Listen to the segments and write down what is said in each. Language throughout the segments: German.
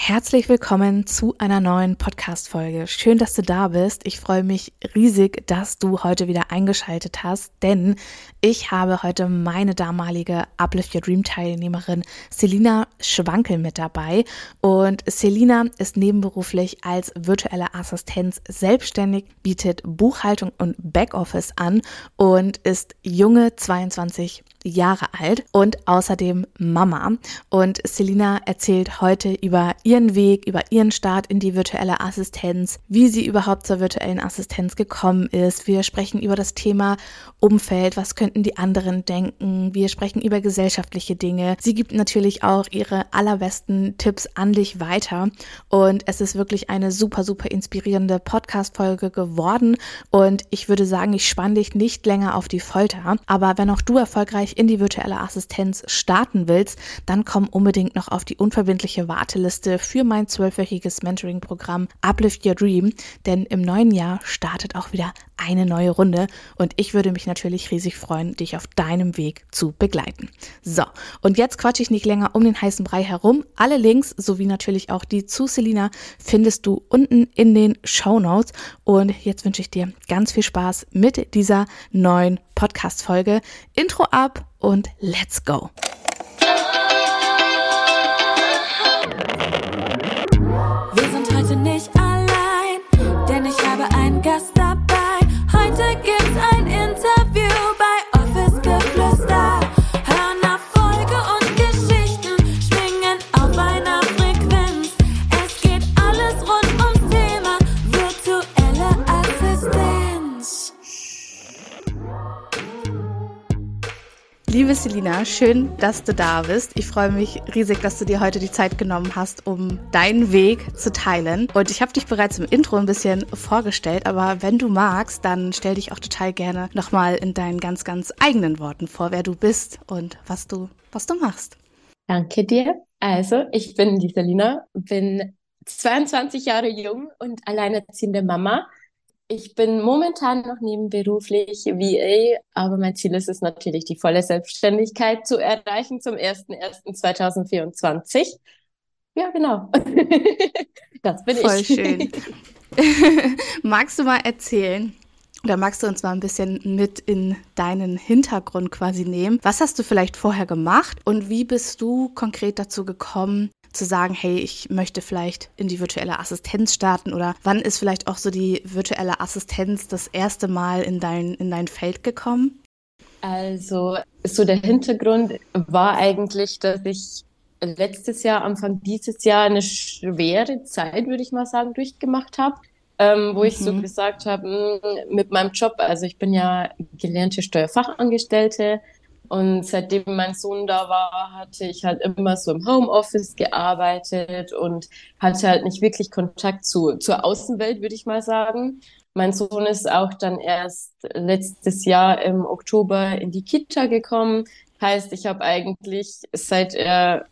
Herzlich willkommen zu einer neuen Podcast-Folge. Schön, dass du da bist. Ich freue mich riesig, dass du heute wieder eingeschaltet hast, denn ich habe heute meine damalige Uplift Your Dream Teilnehmerin Selina Schwankel mit dabei. Und Selina ist nebenberuflich als virtuelle Assistenz selbstständig, bietet Buchhaltung und Backoffice an und ist junge 22 Jahre alt und außerdem Mama. Und Selina erzählt heute über ihren Weg, über ihren Start in die virtuelle Assistenz, wie sie überhaupt zur virtuellen Assistenz gekommen ist. Wir sprechen über das Thema Umfeld, was könnten die anderen denken. Wir sprechen über gesellschaftliche Dinge. Sie gibt natürlich auch ihre allerbesten Tipps an dich weiter. Und es ist wirklich eine super, super inspirierende Podcast-Folge geworden. Und ich würde sagen, ich spanne dich nicht länger auf die Folter. Aber wenn auch du erfolgreich in die virtuelle Assistenz starten willst, dann komm unbedingt noch auf die unverbindliche Warteliste für mein 12-wöchiges Mentoring-Programm Uplift Your Dream, denn im neuen Jahr startet auch wieder eine neue Runde und ich würde mich natürlich riesig freuen, dich auf deinem Weg zu begleiten. So, und jetzt quatsche ich nicht länger um den heißen Brei herum. Alle Links sowie natürlich auch die zu Selina findest du unten in den Shownotes und jetzt wünsche ich dir ganz viel Spaß mit dieser neuen Podcast-Folge. Intro ab und let's go! Wir sind heute nicht allein, denn ich habe einen Gast dabei. Heute gibt's ein Interview bei Office Geflüster. Hören Erfolge und Geschichten, schwingen auf einer Frequenz. Es geht alles rund ums Thema virtuelle Assistenz. Liebe Selina, schön, dass du da bist. Ich freue mich riesig, dass du dir heute die Zeit genommen hast, um deinen Weg zu teilen. Und ich habe dich bereits im Intro ein bisschen vorgestellt, aber wenn du magst, dann stell dich auch total gerne nochmal in deinen ganz, ganz eigenen Worten vor, wer du bist und was du machst. Danke dir. Also, ich bin die Selina, bin 22 Jahre jung und alleinerziehende Mama. Ich bin momentan noch nebenberuflich VA, aber mein Ziel ist es natürlich, die volle Selbstständigkeit zu erreichen zum 01.01.2024. Ja, genau. Das bin Voll ich. schön. Magst du mal erzählen, oder magst du uns mal ein bisschen mit in deinen Hintergrund quasi nehmen? Was hast du vielleicht vorher gemacht und wie bist du konkret dazu gekommen, zu sagen, hey, ich möchte vielleicht in die virtuelle Assistenz starten, oder wann ist vielleicht auch so die virtuelle Assistenz das erste Mal in dein Feld gekommen? Also, so der Hintergrund war eigentlich, dass ich letztes Jahr, Anfang dieses Jahr, eine schwere Zeit, würde ich mal sagen, durchgemacht habe, wo ich so gesagt habe, mit meinem Job, also ich bin ja gelernte Steuerfachangestellte und seitdem mein Sohn da war, hatte ich halt immer so im Homeoffice gearbeitet und hatte halt nicht wirklich Kontakt zur Außenwelt, würde ich mal sagen. Mein Sohn ist auch dann erst letztes Jahr im Oktober in die Kita gekommen. Heißt, ich habe eigentlich seit er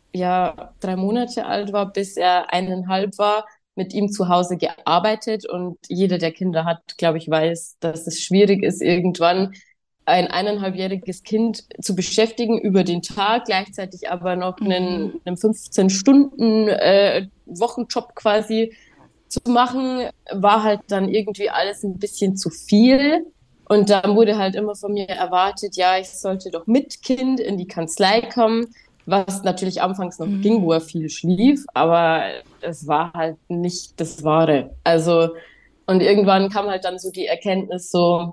3 Monate alt war, bis er 1,5 war, mit ihm zu Hause gearbeitet. Und jeder, der Kinder hat, glaube ich, weiß, dass es schwierig ist, irgendwann ein 1,5-jähriges Kind zu beschäftigen über den Tag, gleichzeitig aber noch einen 15-Stunden Wochenjob quasi zu machen, war halt dann irgendwie alles ein bisschen zu viel. Und dann wurde halt immer von mir erwartet, ja, ich sollte doch mit Kind in die Kanzlei kommen, was natürlich anfangs noch ging, wo er viel schlief, aber es war halt nicht das Wahre. Also, und irgendwann kam halt dann so die Erkenntnis so,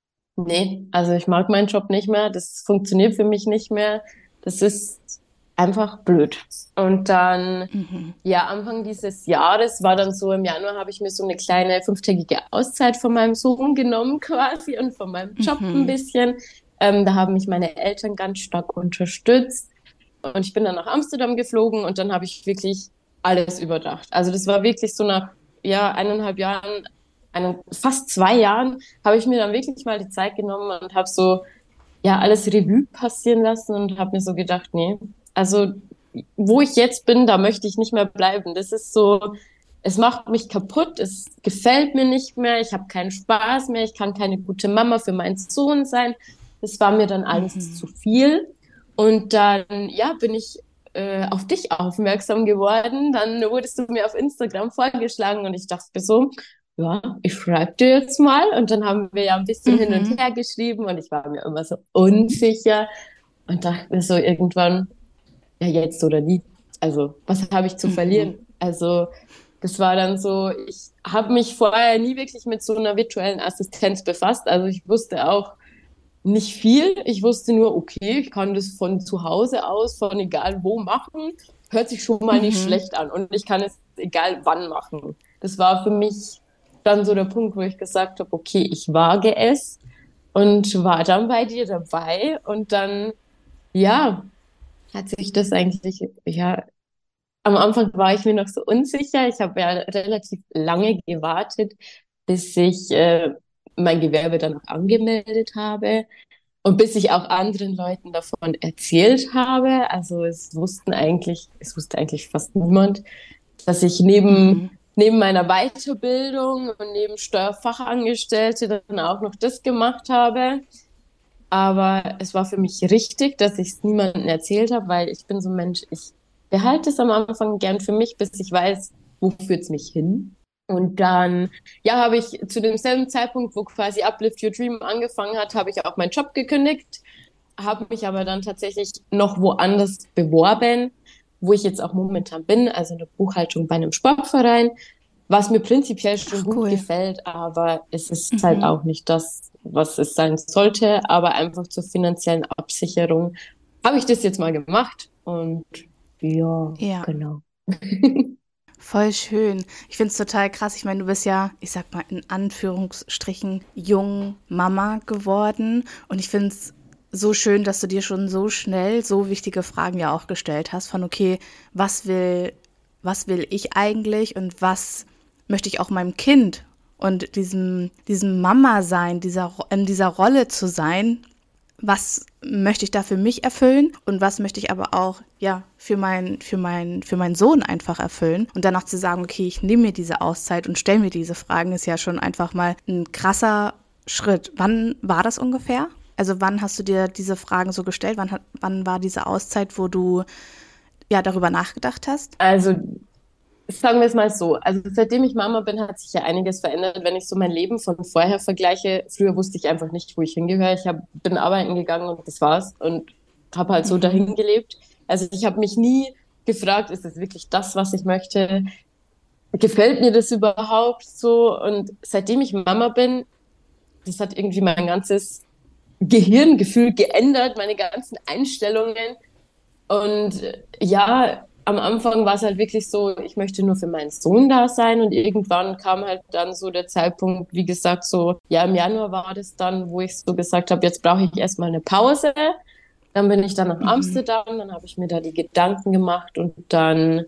nee, also ich mag meinen Job nicht mehr, das funktioniert für mich nicht mehr, das ist einfach blöd. Und dann, Anfang dieses Jahres war dann so, im Januar habe ich mir so eine kleine 5-tägige Auszeit von meinem Sohn genommen quasi und von meinem Job ein bisschen. Da haben mich meine Eltern ganz stark unterstützt und ich bin dann nach Amsterdam geflogen und dann habe ich wirklich alles überdacht. Also das war wirklich so nach 1,5 Jahren, fast 2 Jahren, habe ich mir dann wirklich mal die Zeit genommen und habe so alles Revue passieren lassen und habe mir so gedacht, nee, also wo ich jetzt bin, da möchte ich nicht mehr bleiben. Das ist so, es macht mich kaputt, es gefällt mir nicht mehr, ich habe keinen Spaß mehr, ich kann keine gute Mama für meinen Sohn sein. Das war mir dann alles zu viel. Und dann, bin ich auf dich aufmerksam geworden. Dann wurdest du mir auf Instagram vorgeschlagen und ich dachte mir so, ja, ich schreibe dir jetzt mal. Und dann haben wir ja ein bisschen hin und her geschrieben und ich war mir immer so unsicher und dachte mir so irgendwann, ja, jetzt oder nie. Also, was habe ich zu verlieren? Also, das war dann so, ich habe mich vorher nie wirklich mit so einer virtuellen Assistenz befasst. Also, ich wusste auch nicht viel. Ich wusste nur, okay, ich kann das von zu Hause aus, von egal wo machen. Hört sich schon mal nicht schlecht an. Und ich kann es egal wann machen. Das war für mich dann so der Punkt, wo ich gesagt habe, okay, ich wage es und war dann bei dir dabei. Und dann, ja, hat sich das eigentlich, ja, am Anfang war ich mir noch so unsicher. Ich habe ja relativ lange gewartet, bis ich mein Gewerbe dann auch angemeldet habe und bis ich auch anderen Leuten davon erzählt habe. Also es wusste eigentlich fast niemand, dass ich neben meiner Weiterbildung und neben Steuerfachangestellte dann auch noch das gemacht habe. Aber es war für mich richtig, dass ich es niemandem erzählt habe, weil ich bin so ein Mensch, ich behalte es am Anfang gern für mich, bis ich weiß, wo führt es mich hin. Und dann, ja, habe ich zu demselben Zeitpunkt, wo quasi Uplift Your Dream angefangen hat, habe ich auch meinen Job gekündigt, habe mich aber dann tatsächlich noch woanders beworben, wo ich jetzt auch momentan bin, also in der Buchhaltung bei einem Sportverein, was mir prinzipiell schon gut gefällt, aber es ist halt auch nicht das, was es sein sollte, aber einfach zur finanziellen Absicherung habe ich das jetzt mal gemacht und ja. Genau. Voll schön. Ich finde es total krass. Ich meine, du bist ja, ich sag mal in Anführungsstrichen, jung Mama geworden. Und ich finde es so schön, dass du dir schon so schnell so wichtige Fragen ja auch gestellt hast. Von okay, was will ich eigentlich und was möchte ich auch meinem Kind und diesem Mama-Sein, in dieser Rolle zu sein, was möchte ich da für mich erfüllen und was möchte ich aber auch ja für meinen Sohn einfach erfüllen und danach zu sagen, okay, ich nehme mir diese Auszeit und stelle mir diese Fragen, ist ja schon einfach mal ein krasser Schritt. Wann war das ungefähr? Also wann hast du dir diese Fragen so gestellt? Wann war diese Auszeit, wo du ja darüber nachgedacht hast? Also sagen wir es mal so, also seitdem ich Mama bin, hat sich ja einiges verändert, wenn ich so mein Leben von vorher vergleiche. Früher wusste ich einfach nicht, wo ich hingehöre. Bin arbeiten gegangen und das war's und habe halt so dahin gelebt. Also ich habe mich nie gefragt, ist das wirklich das, was ich möchte? Gefällt mir das überhaupt so? Und seitdem ich Mama bin, das hat irgendwie mein ganzes Gehirngefühl geändert, meine ganzen Einstellungen. Und ja, am Anfang war es halt wirklich so, ich möchte nur für meinen Sohn da sein und irgendwann kam halt dann so der Zeitpunkt, wie gesagt, so, ja, im Januar war das dann, wo ich so gesagt habe, jetzt brauche ich erstmal eine Pause. Dann bin ich dann nach Amsterdam, dann habe ich mir da die Gedanken gemacht und dann,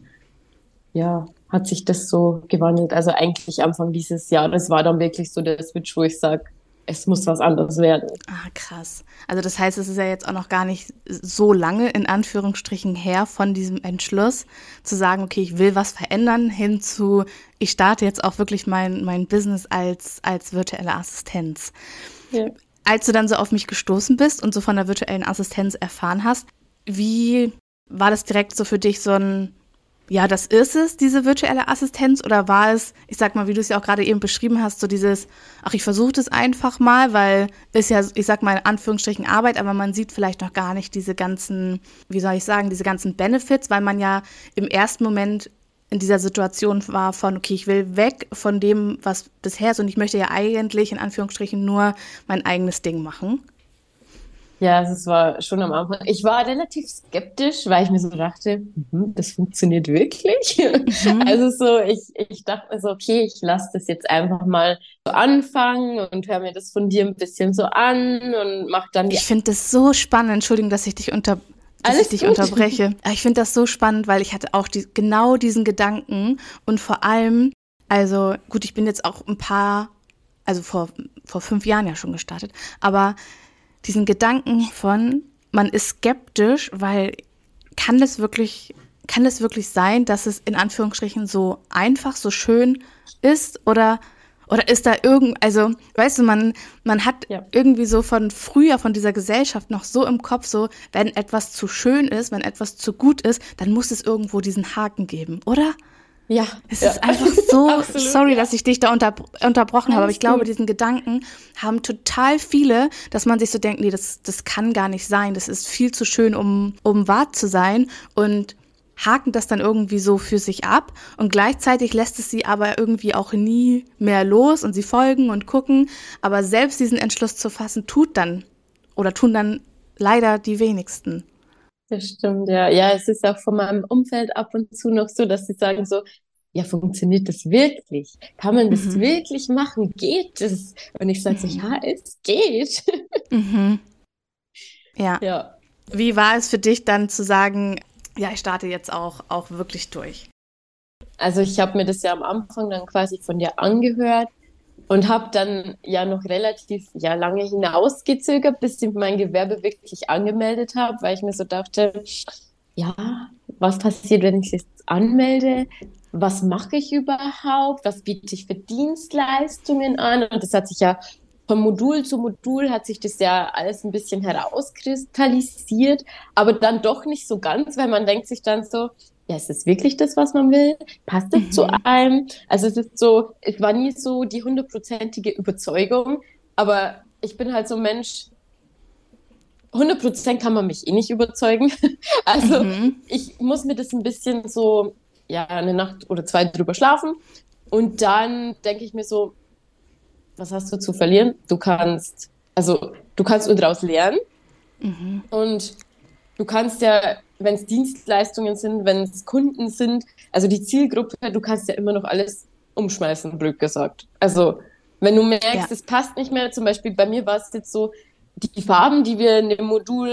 ja, hat sich das so gewandelt. Also eigentlich Anfang dieses Jahres war dann wirklich so der Switch, wo ich sage, es muss was anderes werden. Ah, krass. Also das heißt, es ist ja jetzt auch noch gar nicht so lange, in Anführungsstrichen, her von diesem Entschluss, zu sagen, okay, ich will was verändern, hin zu, ich starte jetzt auch wirklich mein Business als virtuelle Assistenz. Ja. Als du dann so auf mich gestoßen bist und so von der virtuellen Assistenz erfahren hast, wie war das direkt so für dich so ein, ja, das ist es, diese virtuelle Assistenz, oder war es, ich sag mal, wie du es ja auch gerade eben beschrieben hast, so dieses, ach, ich versuche das einfach mal, weil ist ja, ich sag mal in Anführungsstrichen Arbeit, aber man sieht vielleicht noch gar nicht diese ganzen, wie soll ich sagen, diese ganzen Benefits, weil man ja im ersten Moment in dieser Situation war von, okay, ich will weg von dem, was bisher ist und ich möchte ja eigentlich in Anführungsstrichen nur mein eigenes Ding machen. Ja, es war schon am Anfang. Ich war relativ skeptisch, weil ich mir so dachte, das funktioniert wirklich. Also so, ich dachte mir so, okay, ich lasse das jetzt einfach mal so anfangen und höre mir das von dir ein bisschen so an und mach dann Ich finde das so spannend, Entschuldigung, dass ich dich unterbreche. Ich finde das so spannend, weil ich hatte auch genau diesen Gedanken und vor allem, also gut, ich bin jetzt auch vor 5 Jahren ja schon gestartet, aber diesen Gedanken von, man ist skeptisch, weil kann es wirklich sein, dass es in Anführungsstrichen so einfach, so schön ist oder Oder ist da also, weißt du, man hat Ja. irgendwie so von früher, von dieser Gesellschaft noch so im Kopf, so, wenn etwas zu schön ist, wenn etwas zu gut ist, dann muss es irgendwo diesen Haken geben, oder? Ja, Es ja. ist einfach so, Absolut, sorry, ja. dass ich dich da unterbrochen habe, aber Alles ich glaube, gut. diesen Gedanken haben total viele, dass man sich so denkt, nee, das kann gar nicht sein, das ist viel zu schön, um wahr zu sein, und haken das dann irgendwie so für sich ab, und gleichzeitig lässt es sie aber irgendwie auch nie mehr los und sie folgen und gucken, aber selbst diesen Entschluss zu fassen, tun dann leider die wenigsten. Das stimmt, ja. Ja, es ist auch von meinem Umfeld ab und zu noch so, dass sie sagen so, ja, funktioniert das wirklich? Kann man das Mhm. wirklich machen? Geht das? Und ich sage so, ja, es geht. Mhm. Ja. Ja. Wie war es für dich dann zu sagen, ja, ich starte jetzt auch wirklich durch? Also ich habe mir das ja am Anfang dann quasi von dir angehört und habe dann ja noch relativ lange hinausgezögert, bis ich mein Gewerbe wirklich angemeldet habe, weil ich mir so dachte, ja, was passiert, wenn ich es jetzt anmelde? Was mache ich überhaupt? Was biete ich für Dienstleistungen an? Und das hat sich ja von Modul zu Modul hat sich das ja alles ein bisschen herauskristallisiert, aber dann doch nicht so ganz, weil man denkt sich dann so, ja, ist das wirklich das, was man will? Passt es zu Mhm. einem? Also es ist so, es war nie so die hundertprozentige Überzeugung, aber ich bin halt so ein Mensch, 100% kann man mich eh nicht überzeugen. Also Mhm. ich muss mir das ein bisschen so, ja, eine Nacht oder zwei drüber schlafen und dann denke ich mir so, was hast du zu verlieren? Du kannst nur daraus lernen Mhm. und du kannst ja, wenn es Dienstleistungen sind, wenn es Kunden sind, also die Zielgruppe, du kannst ja immer noch alles umschmeißen, blöd gesagt. Also wenn du Ja. merkst, es passt nicht mehr, zum Beispiel bei mir war es jetzt so, die Farben, die wir in dem Modul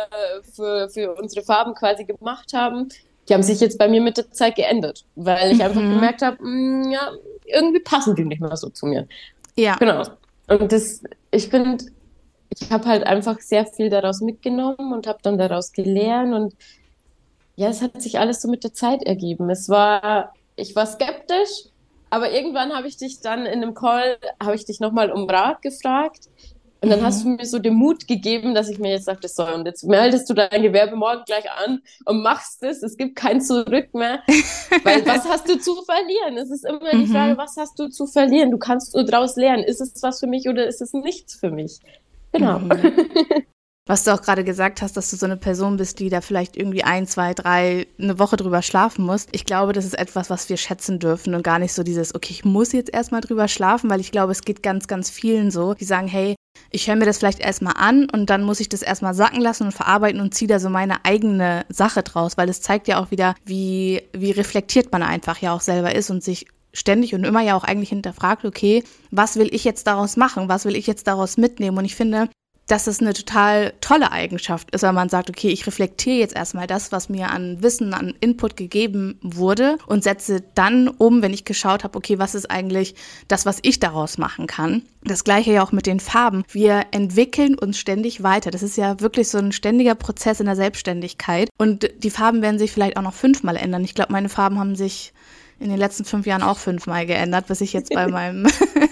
für unsere Farben quasi gemacht haben, die haben sich jetzt bei mir mit der Zeit geändert, weil ich einfach Mhm. gemerkt habe, ja, irgendwie passen die nicht mehr so zu mir. Ja. Genau. Und ich finde, ich habe halt einfach sehr viel daraus mitgenommen und habe dann daraus gelernt und ja, es hat sich alles so mit der Zeit ergeben. Ich war skeptisch, aber irgendwann habe ich dich dann in einem Call, habe ich dich nochmal um Rat gefragt und dann hast du Mhm. mir so den Mut gegeben, dass ich mir jetzt dachte, so, und jetzt meldest du dein Gewerbe morgen gleich an und machst es gibt kein Zurück mehr, weil was hast du zu verlieren? Es ist immer die Frage, Mhm. was hast du zu verlieren? Du kannst nur daraus lernen. Ist es was für mich oder ist es nichts für mich? Genau. Mhm. Was du auch gerade gesagt hast, dass du so eine Person bist, die da vielleicht irgendwie 1, 2, 3, eine Woche drüber schlafen muss. Ich glaube, das ist etwas, was wir schätzen dürfen und gar nicht so dieses, okay, ich muss jetzt erstmal drüber schlafen, weil ich glaube, es geht ganz, ganz vielen so, die sagen, hey, ich höre mir das vielleicht erstmal an und dann muss ich das erstmal sacken lassen und verarbeiten und ziehe da so meine eigene Sache draus, weil es zeigt ja auch wieder, wie reflektiert man einfach ja auch selber ist und sich ständig und immer ja auch eigentlich hinterfragt, okay, was will ich jetzt daraus machen? Was will ich jetzt daraus mitnehmen? Und ich finde, dass es eine total tolle Eigenschaft ist, wenn man sagt, okay, ich reflektiere jetzt erstmal das, was mir an Wissen, an Input gegeben wurde und setze dann um, wenn ich geschaut habe, okay, was ist eigentlich das, was ich daraus machen kann. Das Gleiche ja auch mit den Farben. Wir entwickeln uns ständig weiter. Das ist ja wirklich so ein ständiger Prozess in der Selbstständigkeit. Und die Farben werden sich vielleicht auch noch 5-mal ändern. Ich glaube, meine Farben haben sich in den letzten 5 Jahren auch 5-mal geändert, bis ich jetzt bei meinem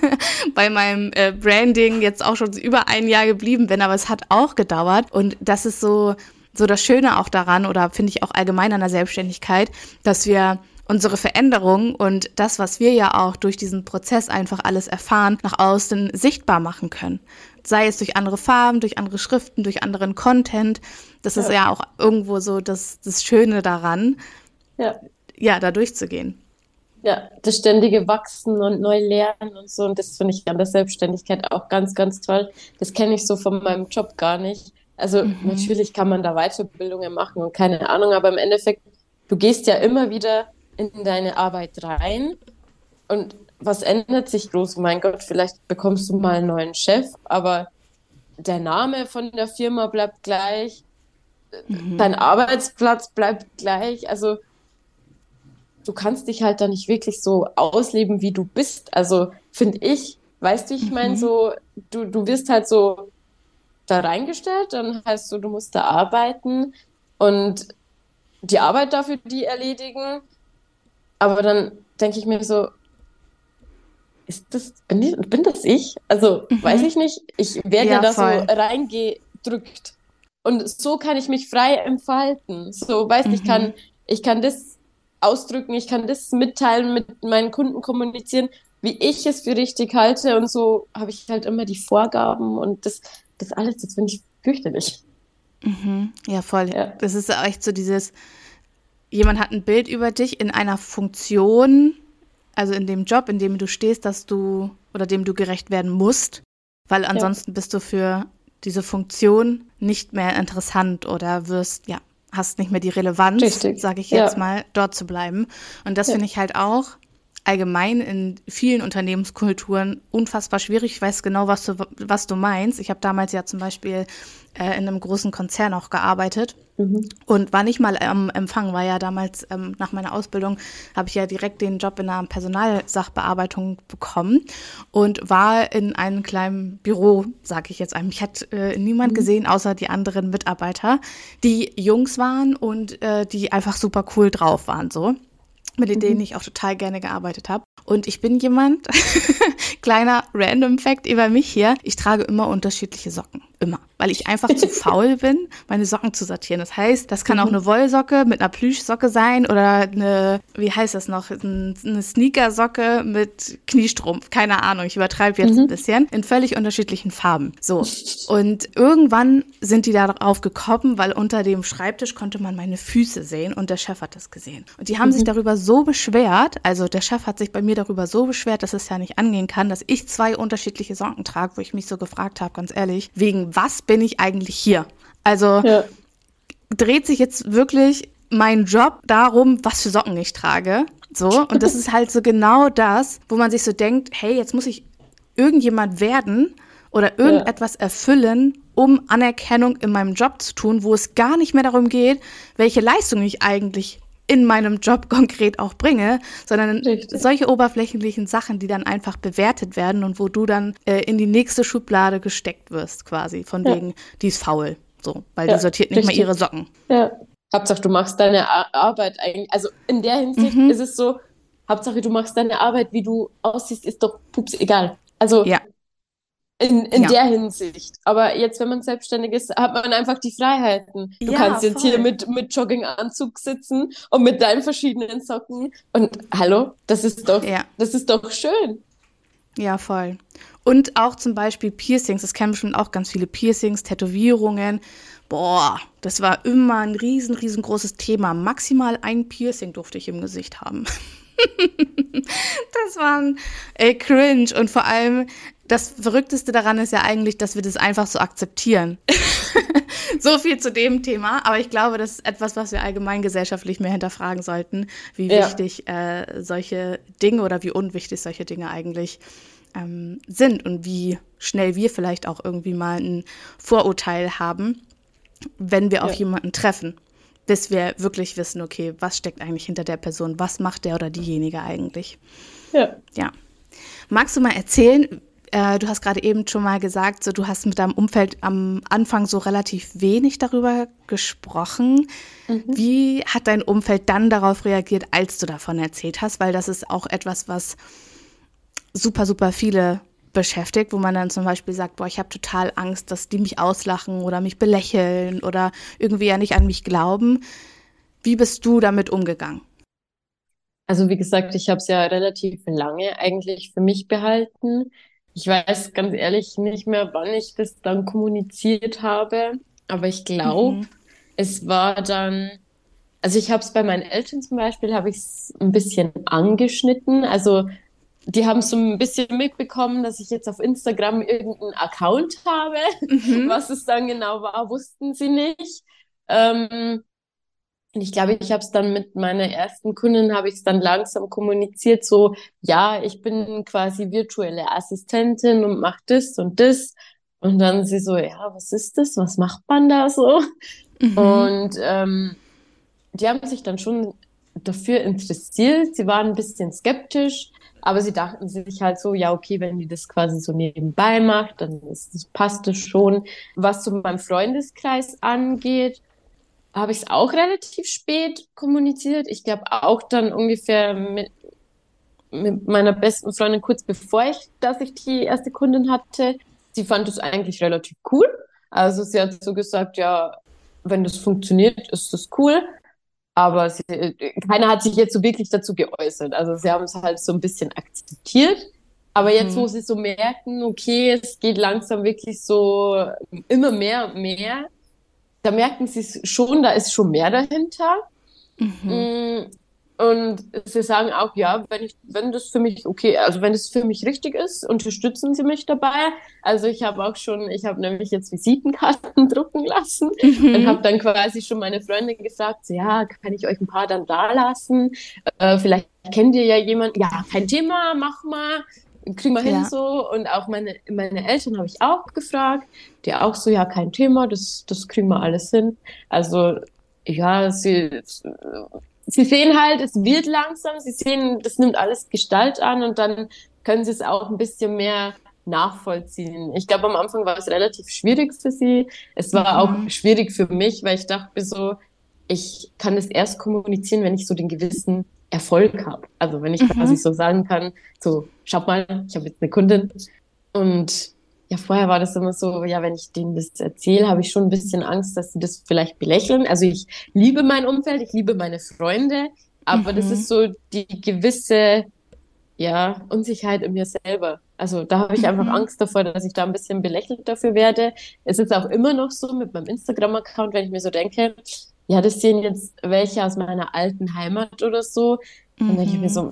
Branding jetzt auch schon über ein Jahr geblieben bin, aber es hat auch gedauert und das ist so das Schöne auch daran oder finde ich auch allgemein an der Selbstständigkeit, dass wir unsere Veränderung und das, was wir ja auch durch diesen Prozess einfach alles erfahren, nach außen sichtbar machen können. Sei es durch andere Farben, durch andere Schriften, durch anderen Content. Das ist ja auch irgendwo so das Schöne daran, Ja. ja, da durchzugehen. Ja, das ständige Wachsen und neu lernen und so. Und das finde ich an der Selbstständigkeit auch ganz, ganz toll. Das kenne ich so von meinem Job gar nicht. Also Mhm. natürlich kann man da Weiterbildungen machen und keine Ahnung, aber im Endeffekt, du gehst ja immer wieder in deine Arbeit rein und was ändert sich groß? Mein Gott, vielleicht bekommst du mal einen neuen Chef, aber der Name von der Firma bleibt gleich, Mhm. dein Arbeitsplatz bleibt gleich. Also du kannst dich halt da nicht wirklich so ausleben, wie du bist. Also finde ich, weißt du, ich meine, Mhm. so, du wirst halt so da reingestellt, dann heißt so, du musst da arbeiten und die Arbeit dafür die erledigen. Aber dann denke ich mir so, bin das ich? Also, weiß Mhm. ich nicht. Ich werde ja Ja, da so voll. reingedrückt. Und so kann ich mich frei entfalten. So, weißt, Mhm. ich kann das ausdrücken, ich kann das mitteilen, mit meinen Kunden kommunizieren, wie ich es für richtig halte. Und so habe ich halt immer die Vorgaben und das alles, das finde ich fürchterlich. Mhm. Ja, voll. Ja, Das ist echt so dieses, jemand hat ein Bild über dich in einer Funktion, also in dem Job, in dem du stehst, dass du oder dem du gerecht werden musst, weil ja, ansonsten bist du für diese Funktion nicht mehr interessant oder wirst, ja, hast nicht mehr die Relevanz, richtig. sage ich jetzt Ja, mal, dort zu bleiben. Und das ja. finde ich halt auch allgemein in vielen Unternehmenskulturen unfassbar schwierig. Ich weiß genau, was du meinst. Ich habe damals ja zum Beispiel in einem großen Konzern auch gearbeitet Mhm. und war nicht mal am Empfang, war ja damals nach meiner Ausbildung, habe ich ja direkt den Job in der Personalsachbearbeitung bekommen und war in einem kleinen Büro, sage ich jetzt einem. Mich hat niemand Mhm. gesehen, außer die anderen Mitarbeiter, die Jungs waren und die einfach super cool drauf waren, so mit denen Mhm. ich auch total gerne gearbeitet habe. Und ich bin jemand, kleiner Random Fact über mich hier, ich trage immer unterschiedliche Socken. Immer. Weil ich einfach zu faul bin, meine Socken zu sortieren. Das heißt, das kann auch Mhm. eine Wollsocke mit einer Plüschsocke sein oder eine, wie heißt das noch, eine Sneakersocke mit Kniestrumpf. Keine Ahnung, ich übertreibe jetzt ein Mhm. bisschen. In völlig unterschiedlichen Farben. So. Und irgendwann sind die darauf gekommen, weil unter dem Schreibtisch konnte man meine Füße sehen und der Chef hat das gesehen. Und die haben sich Mhm. darüber so beschwert, also der Chef hat sich bei mir darüber so beschwert, dass es ja nicht angehen kann, dass ich zwei unterschiedliche Socken trage, wo ich mich so gefragt habe, ganz ehrlich, wegen was bin ich eigentlich hier? Also Ja, dreht sich jetzt wirklich mein Job darum, was für Socken ich trage? So, und das ist halt so genau das, wo man sich so denkt, hey, jetzt muss ich irgendjemand werden oder ja, irgendetwas erfüllen, um Anerkennung in meinem Job zu tun, wo es gar nicht mehr darum geht, welche Leistung ich eigentlich in meinem Job konkret auch bringe, sondern richtig. solche oberflächlichen Sachen, die dann einfach bewertet werden und wo du dann in die nächste Schublade gesteckt wirst, quasi, von Ja, wegen, die ist faul, so, weil die ja, sortiert nicht mal ihre richtig. Socken. Ja. Hauptsache, du machst deine Arbeit eigentlich. Also in der Hinsicht Mhm. ist es so, Hauptsache, du machst deine Arbeit, wie du aussiehst, ist doch pups egal. Also Ja, in ja. der Hinsicht. Aber jetzt, wenn man selbstständig ist, hat man einfach die Freiheiten. Du Ja, kannst jetzt hier voll. mit Jogginganzug sitzen und mit deinen verschiedenen Socken. Und hallo, Ja. das ist doch schön. Ja, voll. Und auch zum Beispiel Piercings, das kennen bestimmt auch ganz viele Piercings, Tätowierungen. Boah, das war immer ein riesengroßes Thema. Maximal ein Piercing durfte ich im Gesicht haben. Das war cringe. Und vor allem, das Verrückteste daran ist ja eigentlich, dass wir das einfach so akzeptieren. So viel zu dem Thema. Aber ich glaube, das ist etwas, was wir allgemein gesellschaftlich mehr hinterfragen sollten, wie Ja, wichtig solche Dinge oder wie unwichtig solche Dinge eigentlich sind und wie schnell wir vielleicht auch irgendwie mal ein Vorurteil haben, wenn wir auf ja, jemanden treffen, bis wir wirklich wissen, okay, was steckt eigentlich hinter der Person, was macht der oder diejenige eigentlich. ja. Ja. Magst du mal erzählen, du hast gerade eben schon mal gesagt, so, du hast mit deinem Umfeld am Anfang so relativ wenig darüber gesprochen. Mhm. Wie hat dein Umfeld dann darauf reagiert, als du davon erzählt hast? Weil das ist auch etwas, was super viele beschäftigt, wo man dann zum Beispiel sagt, boah, ich habe total Angst, dass die mich auslachen oder mich belächeln oder irgendwie ja nicht an mich glauben. Wie bist du damit umgegangen? Also wie gesagt, ich habe es ja relativ lange eigentlich für mich behalten. Ich weiß ganz ehrlich nicht mehr, wann ich das dann kommuniziert habe, aber ich glaube, Mhm. es war dann, also ich habe es bei meinen Eltern zum Beispiel, habe ich es ein bisschen angeschnitten. Also die haben so ein bisschen mitbekommen, dass ich jetzt auf Instagram irgendeinen Account habe. Mhm. Was es dann genau war, wussten sie nicht. Ähm, und ich glaube, ich habe es dann mit meiner ersten Kundin, habe ich es dann langsam kommuniziert, so, ja, ich bin quasi virtuelle Assistentin und mache das und das. Und dann sie so, ja, was ist das? Was macht man da so? Mhm. Und die haben sich dann schon dafür interessiert. Sie waren ein bisschen skeptisch, aber sie dachten sich halt so, ja, okay, wenn die das quasi so nebenbei macht, dann passt es schon. Was so meinem Freundeskreis angeht, habe ich es auch relativ spät kommuniziert. Ich glaube auch dann ungefähr mit mit meiner besten Freundin kurz dass ich die erste Kundin hatte. Sie fand es eigentlich relativ cool. Also sie hat so gesagt, ja, wenn das funktioniert, ist das cool. Aber keiner hat sich jetzt so wirklich dazu geäußert. Also sie haben es halt so ein bisschen akzeptiert. Aber jetzt, wo sie so merken, okay, es geht langsam wirklich so immer mehr und mehr, da merken sie es schon, da ist schon mehr dahinter. Mm, Und sie sagen auch, ja, wenn das für mich okay, also wenn es für mich richtig ist, unterstützen sie mich dabei. Also ich habe nämlich jetzt Visitenkarten drucken lassen und habe dann quasi schon meine Freundin gesagt, so, ja, kann ich euch ein paar dann da lassen? Vielleicht kennt ihr ja jemanden. Ja, kein Thema, mach mal. Kriegen wir hin Ja. so. Und auch meine Eltern habe ich auch gefragt, die auch so, ja, kein Thema, das kriegen wir alles hin. Also ja, sie sehen halt, es wird langsam, sie sehen, das nimmt alles Gestalt an und dann können sie es auch ein bisschen mehr nachvollziehen. Ich glaube, am Anfang war es relativ schwierig für sie. Es war auch schwierig für mich, weil ich dachte mir so, ich kann das erst kommunizieren, wenn ich so den gewissen Erfolg habe. Also wenn ich quasi so sagen kann, so, schau mal, ich habe jetzt eine Kundin. Und ja, vorher war das immer so, ja, wenn ich denen das erzähle, habe ich schon ein bisschen Angst, dass sie das vielleicht belächeln. Also ich liebe mein Umfeld, ich liebe meine Freunde, aber das ist so die gewisse, ja, Unsicherheit in mir selber. Also da habe ich einfach Angst davor, dass ich da ein bisschen belächelt dafür werde. Es ist auch immer noch so mit meinem Instagram-Account, wenn ich mir so denke, ja, das sehen jetzt welche aus meiner alten Heimat oder so. Dann denke ich mir so,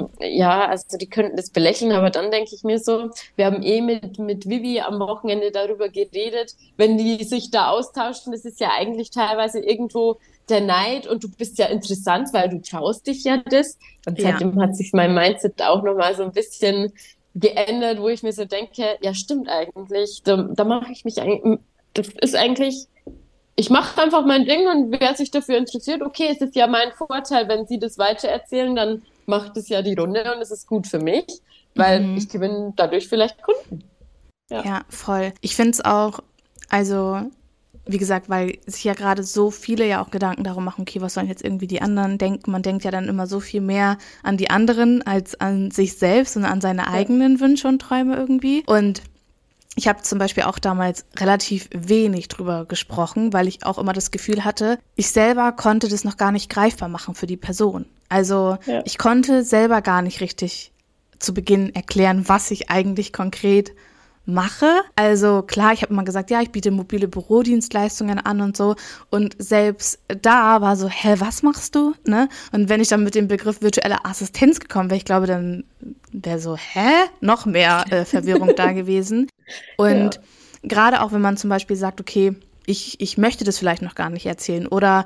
ja, also die könnten das belächeln, aber dann denke ich mir so, wir haben mit Vivi am Wochenende darüber geredet, wenn die sich da austauschen, das ist ja eigentlich teilweise irgendwo der Neid und du bist ja interessant, weil du traust dich ja das. Und seitdem hat sich mein Mindset auch nochmal so ein bisschen geändert, wo ich mir so denke, ja, stimmt eigentlich, da mache ich mich eigentlich, das ist eigentlich, ich mache einfach mein Ding und wer sich dafür interessiert, okay, es ist ja mein Vorteil, wenn sie das weitererzählen, dann macht es ja die Runde und es ist gut für mich, weil ich gewinne dadurch vielleicht Kunden. Ja, voll. Ich finde es auch, also wie gesagt, weil sich ja gerade so viele ja auch Gedanken darum machen, okay, was sollen jetzt irgendwie die anderen denken? Man denkt ja dann immer so viel mehr an die anderen als an sich selbst und an seine eigenen Wünsche und Träume irgendwie. Und ich habe zum Beispiel auch damals relativ wenig drüber gesprochen, weil ich auch immer das Gefühl hatte, ich selber konnte das noch gar nicht greifbar machen für die Person. Also ich konnte selber gar nicht richtig zu Beginn erklären, was ich eigentlich konkret mache. Also klar, ich habe immer gesagt, ja, ich biete mobile Bürodienstleistungen an und so. Und selbst da war so, was machst du? Ne? Und wenn ich dann mit dem Begriff virtuelle Assistenz gekommen wäre, ich glaube, dann wäre so, noch mehr Verwirrung da gewesen. Und gerade auch, wenn man zum Beispiel sagt, okay, ich möchte das vielleicht noch gar nicht erzählen oder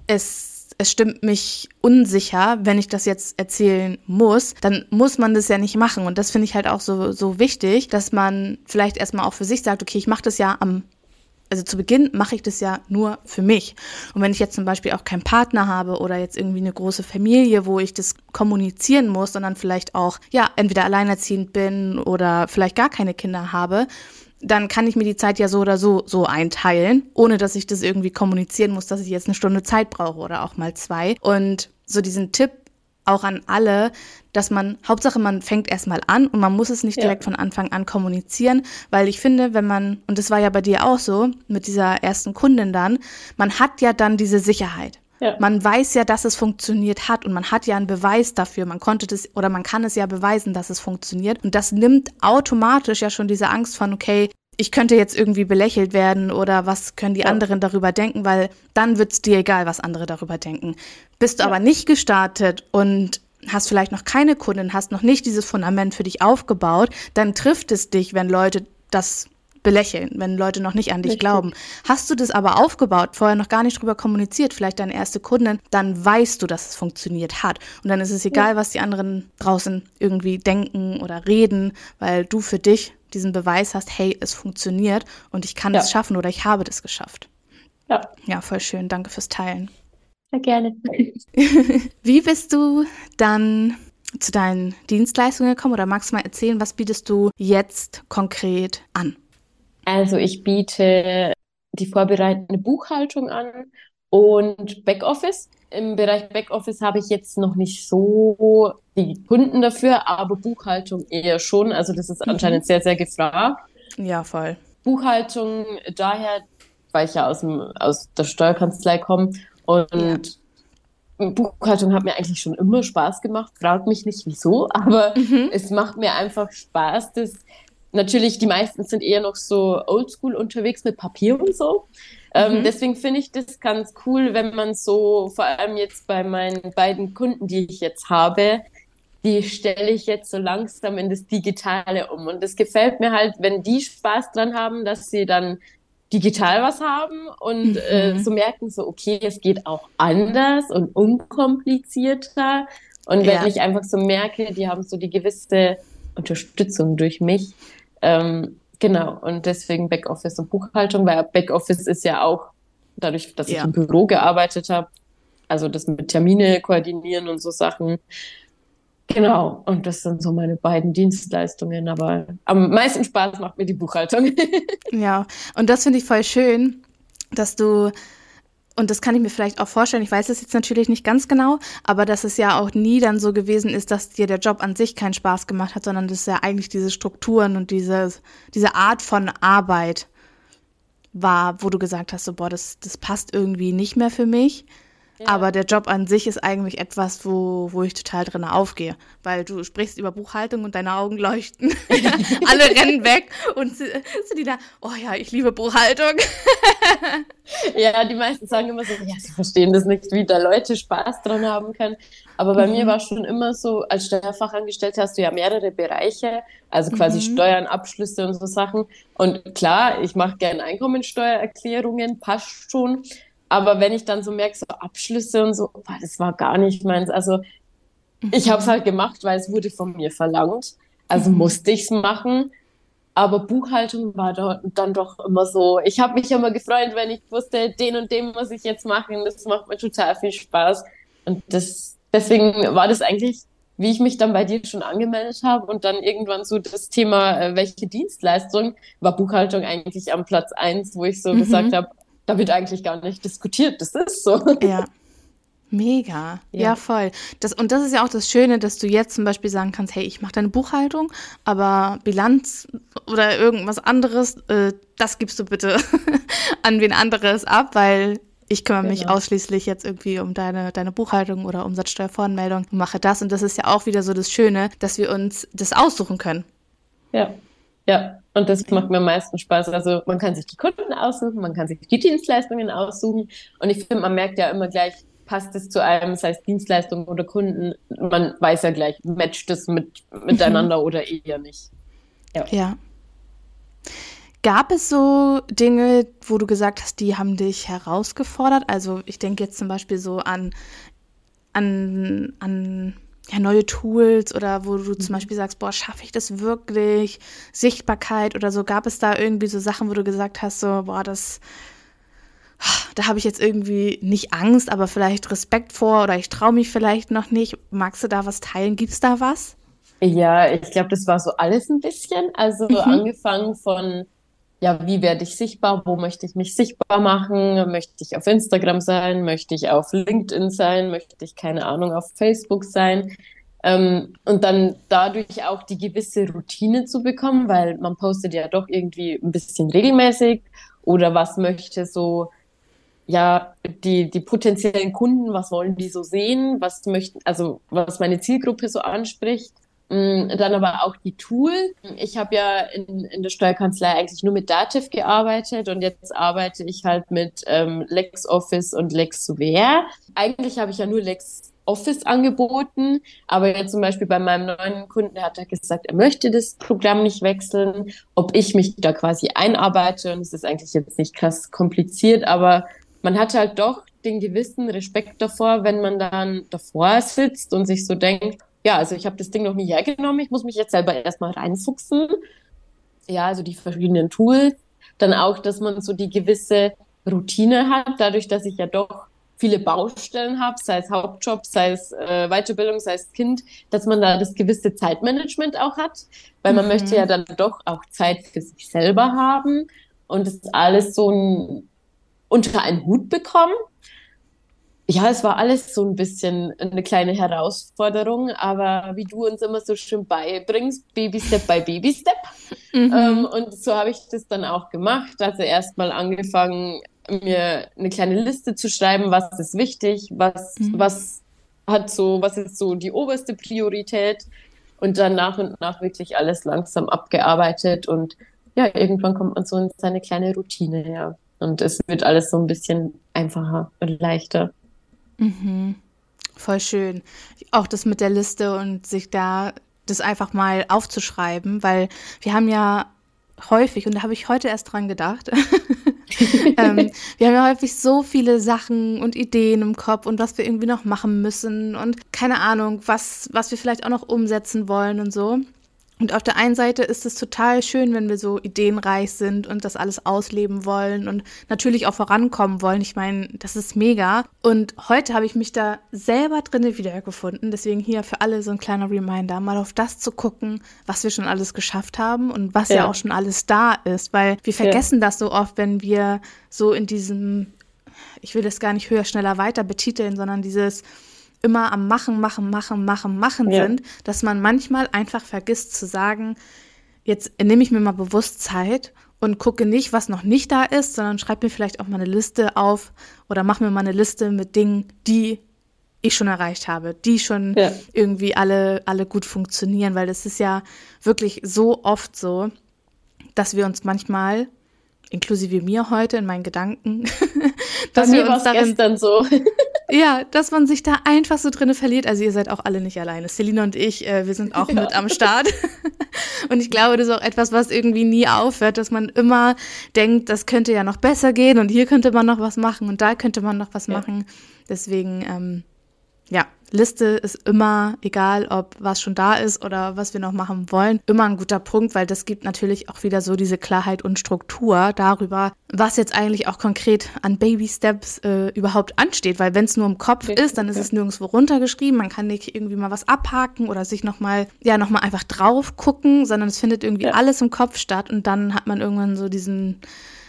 es stimmt mich unsicher, wenn ich das jetzt erzählen muss, dann muss man das ja nicht machen. Und das finde ich halt auch so wichtig, dass man vielleicht erstmal auch für sich sagt, okay, ich mache das ja also zu Beginn mache ich das ja nur für mich. Und wenn ich jetzt zum Beispiel auch keinen Partner habe oder jetzt irgendwie eine große Familie, wo ich das kommunizieren muss, sondern vielleicht auch, ja, entweder alleinerziehend bin oder vielleicht gar keine Kinder habe, dann kann ich mir die Zeit ja so oder so einteilen, ohne dass ich das irgendwie kommunizieren muss, dass ich jetzt eine Stunde Zeit brauche oder auch mal 2. Und so diesen Tipp auch an alle, dass Hauptsache man fängt erstmal an und man muss es nicht direkt von Anfang an kommunizieren, weil ich finde, und das war ja bei dir auch so, mit dieser ersten Kundin dann, man hat ja dann diese Sicherheit. Ja. Man weiß ja, dass es funktioniert hat und man hat ja einen Beweis dafür. Man kann es ja beweisen, dass es funktioniert. Und das nimmt automatisch ja schon diese Angst von, okay, ich könnte jetzt irgendwie belächelt werden oder was können die anderen darüber denken, weil dann wird es dir egal, was andere darüber denken. Bist du aber nicht gestartet und hast vielleicht noch keine Kunden, hast noch nicht dieses Fundament für dich aufgebaut, dann trifft es dich, wenn Leute das belächeln, wenn Leute noch nicht an dich glauben. Hast du das aber aufgebaut, vorher noch gar nicht drüber kommuniziert, vielleicht deine erste Kundin, dann weißt du, dass es funktioniert hat. Und dann ist es egal, was die anderen draußen irgendwie denken oder reden, weil du für dich diesen Beweis hast, hey, es funktioniert und ich kann es schaffen oder ich habe das geschafft. Ja, voll schön. Danke fürs Teilen. Sehr gerne. Wie bist du dann zu deinen Dienstleistungen gekommen oder magst du mal erzählen, was bietest du jetzt konkret an? Also ich biete die vorbereitende Buchhaltung an und Backoffice. Im Bereich Backoffice habe ich jetzt noch nicht so die Kunden dafür, aber Buchhaltung eher schon. Also das ist anscheinend sehr, sehr gefragt. Ja, voll. Buchhaltung daher, weil ich ja aus der Steuerkanzlei komme Ja. und Buchhaltung hat mir eigentlich schon immer Spaß gemacht. Frag mich nicht wieso, aber es macht mir einfach Spaß. Natürlich, die meisten sind eher noch so oldschool unterwegs mit Papier und so. Deswegen finde ich das ganz cool, wenn man so, vor allem jetzt bei meinen beiden Kunden, die ich jetzt habe, die stelle ich jetzt so langsam in das Digitale um. Und das gefällt mir halt, wenn die Spaß dran haben, dass sie dann digital was haben und so merken so, okay, es geht auch anders und unkomplizierter. Und wenn Ja. ich einfach so merke, die haben so die gewisse Unterstützung durch mich. Genau, und deswegen Backoffice und Buchhaltung, weil Backoffice ist ja auch, dadurch, dass ich Ja. im Büro gearbeitet habe, also das mit Termine koordinieren und so Sachen. Genau, und das sind so meine beiden Dienstleistungen, aber am meisten Spaß macht mir die Buchhaltung. Ja, und das finde ich voll schön, dass du, und das kann ich mir vielleicht auch vorstellen, ich weiß es jetzt natürlich nicht ganz genau, aber dass es ja auch nie dann so gewesen ist, dass dir der Job an sich keinen Spaß gemacht hat, sondern dass ja eigentlich diese Strukturen und diese Art von Arbeit war, wo du gesagt hast, so, boah, das passt irgendwie nicht mehr für mich. Aber der Job an sich ist eigentlich etwas, wo ich total drin aufgehe. Weil du sprichst über Buchhaltung und deine Augen leuchten. Alle rennen weg und sind die da, oh ja, ich liebe Buchhaltung. Ja, die meisten sagen immer so, ja, sie verstehen das nicht, wie da Leute Spaß dran haben können. Aber bei mir war schon immer so, als Steuerfachangestellte hast du ja mehrere Bereiche, also quasi Steuern, Abschlüsse und so Sachen. Und klar, ich mache gerne Einkommensteuererklärungen, passt schon. Aber wenn ich dann so merke, so Abschlüsse und so, boah, das war gar nicht meins. Also ich habe es halt gemacht, weil es wurde von mir verlangt. Also musste ich es machen. Aber Buchhaltung war dann doch immer so. Ich habe mich immer gefreut, wenn ich wusste, den und den muss ich jetzt machen. Das macht mir total viel Spaß. Und deswegen war das eigentlich, wie ich mich dann bei dir schon angemeldet habe und dann irgendwann so das Thema, welche Dienstleistung, war Buchhaltung eigentlich am Platz 1, wo ich so gesagt habe, da wird eigentlich gar nicht diskutiert. Das ist so. Ja. Mega, ja, voll. Und das ist ja auch das Schöne, dass du jetzt zum Beispiel sagen kannst, hey, ich mache deine Buchhaltung, aber Bilanz oder irgendwas anderes, das gibst du bitte an wen anderes ab, weil ich kümmere mich ausschließlich jetzt irgendwie um deine Buchhaltung oder Umsatzsteuervoranmeldung und mache das. Und das ist ja auch wieder so das Schöne, dass wir uns das aussuchen können. Ja, ja. Und das macht mir am meisten Spaß. Also man kann sich die Kunden aussuchen, man kann sich die Dienstleistungen aussuchen. Und ich finde, man merkt ja immer gleich, passt es zu einem, sei es Dienstleistung oder Kunden, man weiß ja gleich, matcht es miteinander oder eher nicht. Ja. Gab es so Dinge, wo du gesagt hast, die haben dich herausgefordert? Also ich denke jetzt zum Beispiel so an ja, neue Tools oder wo du zum Beispiel sagst, boah, schaffe ich das wirklich? Sichtbarkeit oder so. Gab es da irgendwie so Sachen, wo du gesagt hast, so, boah, da habe ich jetzt irgendwie nicht Angst, aber vielleicht Respekt vor oder ich traue mich vielleicht noch nicht. Magst du da was teilen? Gibt's da was? Ja, ich glaube, das war so alles ein bisschen. Also angefangen von, ja, wie werde ich sichtbar? Wo möchte ich mich sichtbar machen? Möchte ich auf Instagram sein? Möchte ich auf LinkedIn sein? Möchte ich, keine Ahnung, auf Facebook sein? Und dann dadurch auch die gewisse Routine zu bekommen, weil man postet ja doch irgendwie ein bisschen regelmäßig oder was möchte so, ja, die potenziellen Kunden, was wollen die so sehen? Was möchten, also was meine Zielgruppe so anspricht. Dann aber auch die Tool. Ich habe ja in der Steuerkanzlei eigentlich nur mit Dativ gearbeitet und jetzt arbeite ich halt mit LexOffice und LexWare. Eigentlich habe ich ja nur LexOffice angeboten, aber jetzt zum Beispiel bei meinem neuen Kunden, der hat gesagt, er möchte das Programm nicht wechseln, ob ich mich da quasi einarbeite und es ist eigentlich jetzt nicht krass kompliziert, aber man hat halt doch den gewissen Respekt davor, wenn man dann davor sitzt und sich so denkt, ja, also ich habe das Ding noch nie hergenommen, ich muss mich jetzt selber erstmal reinfuchsen. Ja, also die verschiedenen Tools. Dann auch, dass man so die gewisse Routine hat, dadurch, dass ich ja doch viele Baustellen habe, sei es Hauptjob, sei es Weiterbildung, sei es Kind, dass man da das gewisse Zeitmanagement auch hat, weil man möchte ja dann doch auch Zeit für sich selber haben und das alles so unter einen Hut bekommen. Ja, es war alles so ein bisschen eine kleine Herausforderung, aber wie du uns immer so schön beibringst, Baby Step by Baby Step. Mhm. Und so habe ich das dann auch gemacht. Also erstmal angefangen, mir eine kleine Liste zu schreiben, was ist wichtig, Mhm. was ist so die oberste Priorität und dann nach und nach wirklich alles langsam abgearbeitet und ja, irgendwann kommt man so in seine kleine Routine, ja. Und es wird alles so ein bisschen einfacher und leichter. Mhm. Voll schön. Auch das mit der Liste und sich da das einfach mal aufzuschreiben, weil wir haben ja häufig, und da habe ich heute erst dran gedacht, wir haben ja häufig so viele Sachen und Ideen im Kopf und was wir irgendwie noch machen müssen und keine Ahnung, was wir vielleicht auch noch umsetzen wollen und so. Und auf der einen Seite ist es total schön, wenn wir so ideenreich sind und das alles ausleben wollen und natürlich auch vorankommen wollen. Ich meine, das ist mega. Und heute habe ich mich da selber drinne wiedergefunden. Deswegen hier für alle so ein kleiner Reminder, mal auf das zu gucken, was wir schon alles geschafft haben und was ja auch Ja, schon alles da ist. Weil wir ja, vergessen das so oft, wenn wir so in diesem, ich will das gar nicht höher, schneller, weiter betiteln, sondern dieses immer am Machen, Machen, Machen, Machen, Machen ja, sind, dass man manchmal einfach vergisst zu sagen, jetzt nehme ich mir mal bewusst Zeit und gucke nicht, was noch nicht da ist, sondern schreibe mir vielleicht auch mal eine Liste auf oder mache mir mal eine Liste mit Dingen, die ich schon erreicht habe, die schon ja. irgendwie alle gut funktionieren, weil das ist ja wirklich so oft so, dass wir uns manchmal, inklusive mir heute in meinen Gedanken, Bei dass wir mir war uns es darin gestern so. ja, dass man sich da einfach so drinne verliert. Also ihr seid auch alle nicht alleine. Selina und ich, wir sind auch mit Ja, am Start. Und ich glaube, das ist auch etwas, was irgendwie nie aufhört, dass man immer denkt, das könnte ja noch besser gehen und hier könnte man noch was machen und da könnte man noch was ja, machen. Deswegen, ja, Liste ist immer, egal ob was schon da ist oder was wir noch machen wollen, immer ein guter Punkt, weil das gibt natürlich auch wieder so diese Klarheit und Struktur darüber, was jetzt eigentlich auch konkret an Baby Steps überhaupt ansteht. Weil wenn es nur im Kopf ist, richtig, dann ist ja. es nirgendwo runtergeschrieben. Man kann nicht irgendwie mal was abhaken oder sich nochmal, ja, nochmal einfach drauf gucken, sondern es findet irgendwie Ja, alles im Kopf statt und dann hat man irgendwann so diesen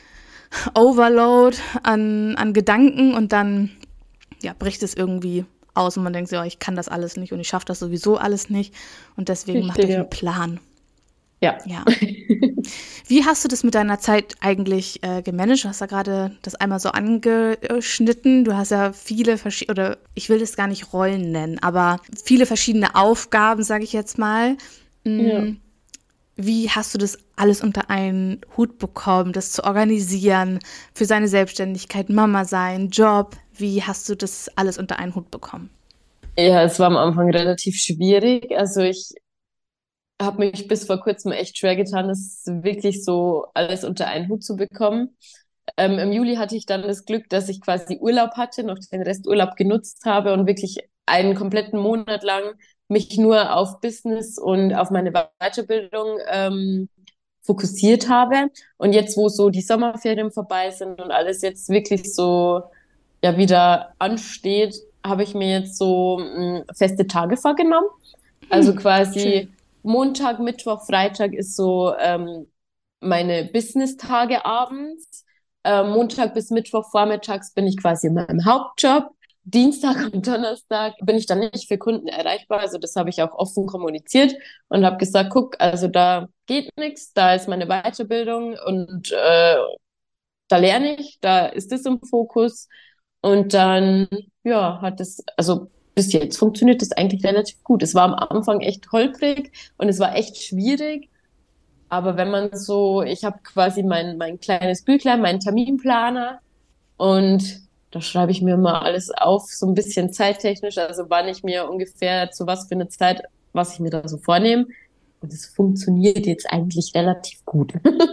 Overload an Gedanken und dann ja, bricht es irgendwie aus und man denkt, ja, ich kann das alles nicht und ich schaffe das sowieso alles nicht und deswegen macht richtig, euch ja. einen Plan. Ja. Ja. Wie hast du das mit deiner Zeit eigentlich gemanagt? Du hast ja gerade das einmal so angeschnitten. Du hast ja viele verschiedene, oder ich will das gar nicht Rollen nennen, aber viele verschiedene Aufgaben, sage ich jetzt mal. Ja. Mm, Wie hast du das alles unter einen Hut bekommen, das zu organisieren, für seine Selbstständigkeit, Mama sein, Job? Wie hast du das alles unter einen Hut bekommen? Ja, es war am Anfang relativ schwierig. Also ich habe mich bis vor kurzem echt schwer getan, das wirklich so alles unter einen Hut zu bekommen. Im Juli hatte ich dann das Glück, dass ich quasi Urlaub hatte, noch den Resturlaub genutzt habe und wirklich einen kompletten Monat lang mich nur auf Business und auf meine Weiterbildung fokussiert habe. Und jetzt, wo so die Sommerferien vorbei sind und alles jetzt wirklich so ja wieder ansteht, habe ich mir jetzt so feste Tage vorgenommen. Also Schön. quasi Montag, Mittwoch, Freitag ist so meine Business-Tage abends. Montag bis Mittwoch vormittags bin ich quasi in meinem Hauptjob. Dienstag und Donnerstag bin ich dann nicht für Kunden erreichbar. Also das habe ich auch offen kommuniziert und habe gesagt, guck, also da geht nichts, da ist meine Weiterbildung und da lerne ich, da ist es im Fokus. Und dann, ja, hat es, also bis jetzt funktioniert das eigentlich relativ gut. Es war am Anfang echt holprig und es war echt schwierig. Aber wenn man so, ich habe quasi mein kleines Büchlein, meinen Terminplaner und da schreibe ich mir mal alles auf, so ein bisschen zeittechnisch, also wann ich mir ungefähr zu was für eine Zeit, was ich mir da so vornehme. Und es funktioniert jetzt eigentlich relativ gut.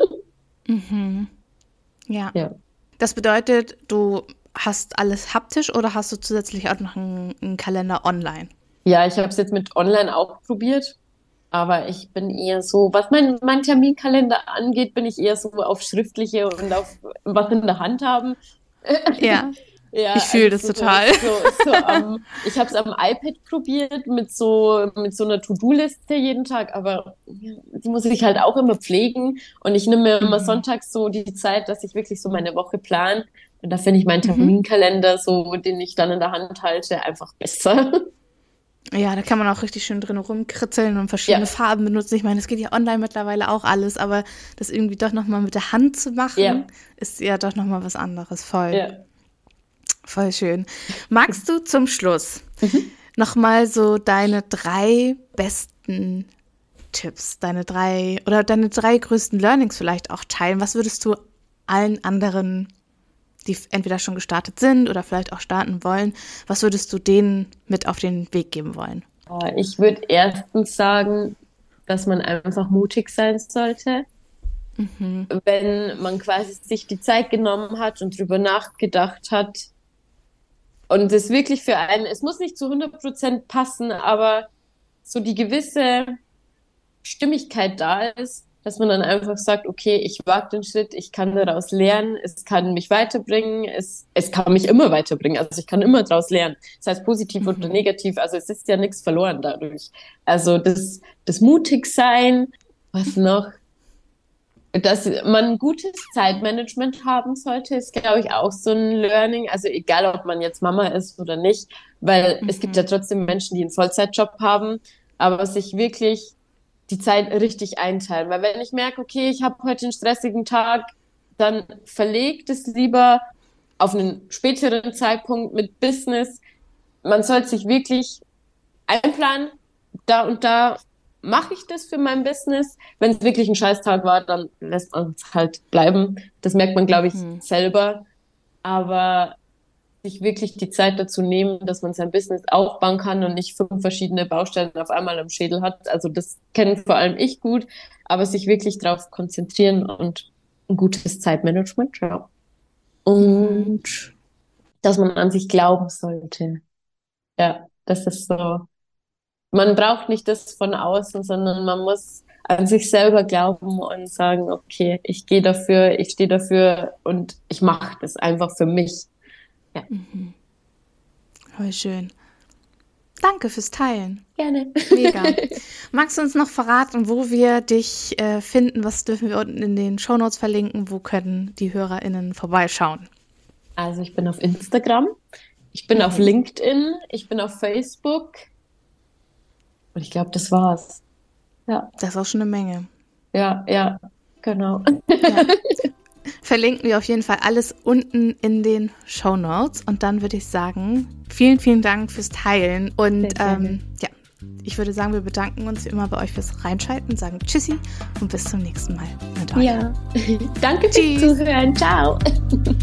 Mhm. Ja. Ja. Das bedeutet, du hast alles haptisch oder hast du zusätzlich auch noch einen Kalender online? Ja, ich habe es jetzt mit online auch probiert, aber ich bin eher so, was mein Terminkalender angeht, bin ich eher so auf schriftliche und auf was in der Hand haben. Ja, ich Ja, fühle also das so total. das, ich habe es am iPad probiert mit so einer To-Do-Liste jeden Tag, aber ja, die muss ich halt auch immer pflegen und ich nehme mir immer Mhm. sonntags so die Zeit, dass ich wirklich so meine Woche plan Und da finde ich meinen Terminkalender so, den ich dann in der Hand halte, einfach besser. Ja, da kann man auch richtig schön drin rumkritzeln und verschiedene Farben benutzen. Ich meine, es geht ja online mittlerweile auch alles, aber das irgendwie doch nochmal mit der Hand zu machen, ist ja doch nochmal was anderes. Voll schön. Magst du zum Schluss nochmal so deine 3 besten Tipps, deine 3 größten Learnings vielleicht auch teilen? Was würdest du allen anderen, die entweder schon gestartet sind oder vielleicht auch starten wollen, was würdest du denen mit auf den Weg geben wollen? Ich würde erstens sagen, dass man einfach mutig sein sollte. Wenn man quasi sich die Zeit genommen hat und drüber nachgedacht hat und es wirklich für einen, es muss nicht zu 100% passen, aber so die gewisse Stimmigkeit da ist, dass man dann einfach sagt, okay, ich wage den Schritt, ich kann daraus lernen, es kann mich weiterbringen, es kann mich immer weiterbringen, also ich kann immer daraus lernen, das heißt positiv oder negativ, also es ist ja nichts verloren dadurch. Also das Mutigsein, was noch, dass man ein gutes Zeitmanagement haben sollte, ist, glaube ich, auch so ein Learning, also egal, ob man jetzt Mama ist oder nicht, weil es gibt ja trotzdem Menschen, die einen Vollzeitjob haben, aber sich wirklich die Zeit richtig einteilen. Weil wenn ich merke, okay, ich habe heute einen stressigen Tag, dann verlegt es lieber auf einen späteren Zeitpunkt mit Business. Man sollte sich wirklich einplanen, da und da mache ich das für mein Business. Wenn es wirklich ein Scheißtag war, dann lässt man es halt bleiben. Das merkt man, glaube ich, selber. Aber sich wirklich die Zeit dazu nehmen, dass man sein Business aufbauen kann und nicht 5 verschiedene Baustellen auf einmal am Schädel hat. Also das kenne vor allem ich gut, aber sich wirklich darauf konzentrieren und ein gutes Zeitmanagement, ja. Und dass man an sich glauben sollte. Ja, das ist so. Man braucht nicht das von außen, sondern man muss an sich selber glauben und sagen, okay, ich gehe dafür, ich stehe dafür und ich mache das einfach für mich. Ja. Voll schön. Danke fürs Teilen. Gerne. Mega. Magst du uns noch verraten, wo wir dich finden? Was dürfen wir unten in den Shownotes verlinken? Wo können die HörerInnen vorbeischauen? Also ich bin auf Instagram, ich bin auf LinkedIn, ich bin auf Facebook und ich glaube, das war's. Ja. Das ist auch schon eine Menge. Ja, genau. Ja. Verlinken wir auf jeden Fall alles unten in den Shownotes. Und dann würde ich sagen, vielen, vielen Dank fürs Teilen. Und ich würde sagen, wir bedanken uns wie immer bei euch fürs Reinschalten, sagen Tschüssi und bis zum nächsten Mal mit euch. Ja, danke fürs Zuhören. Ciao.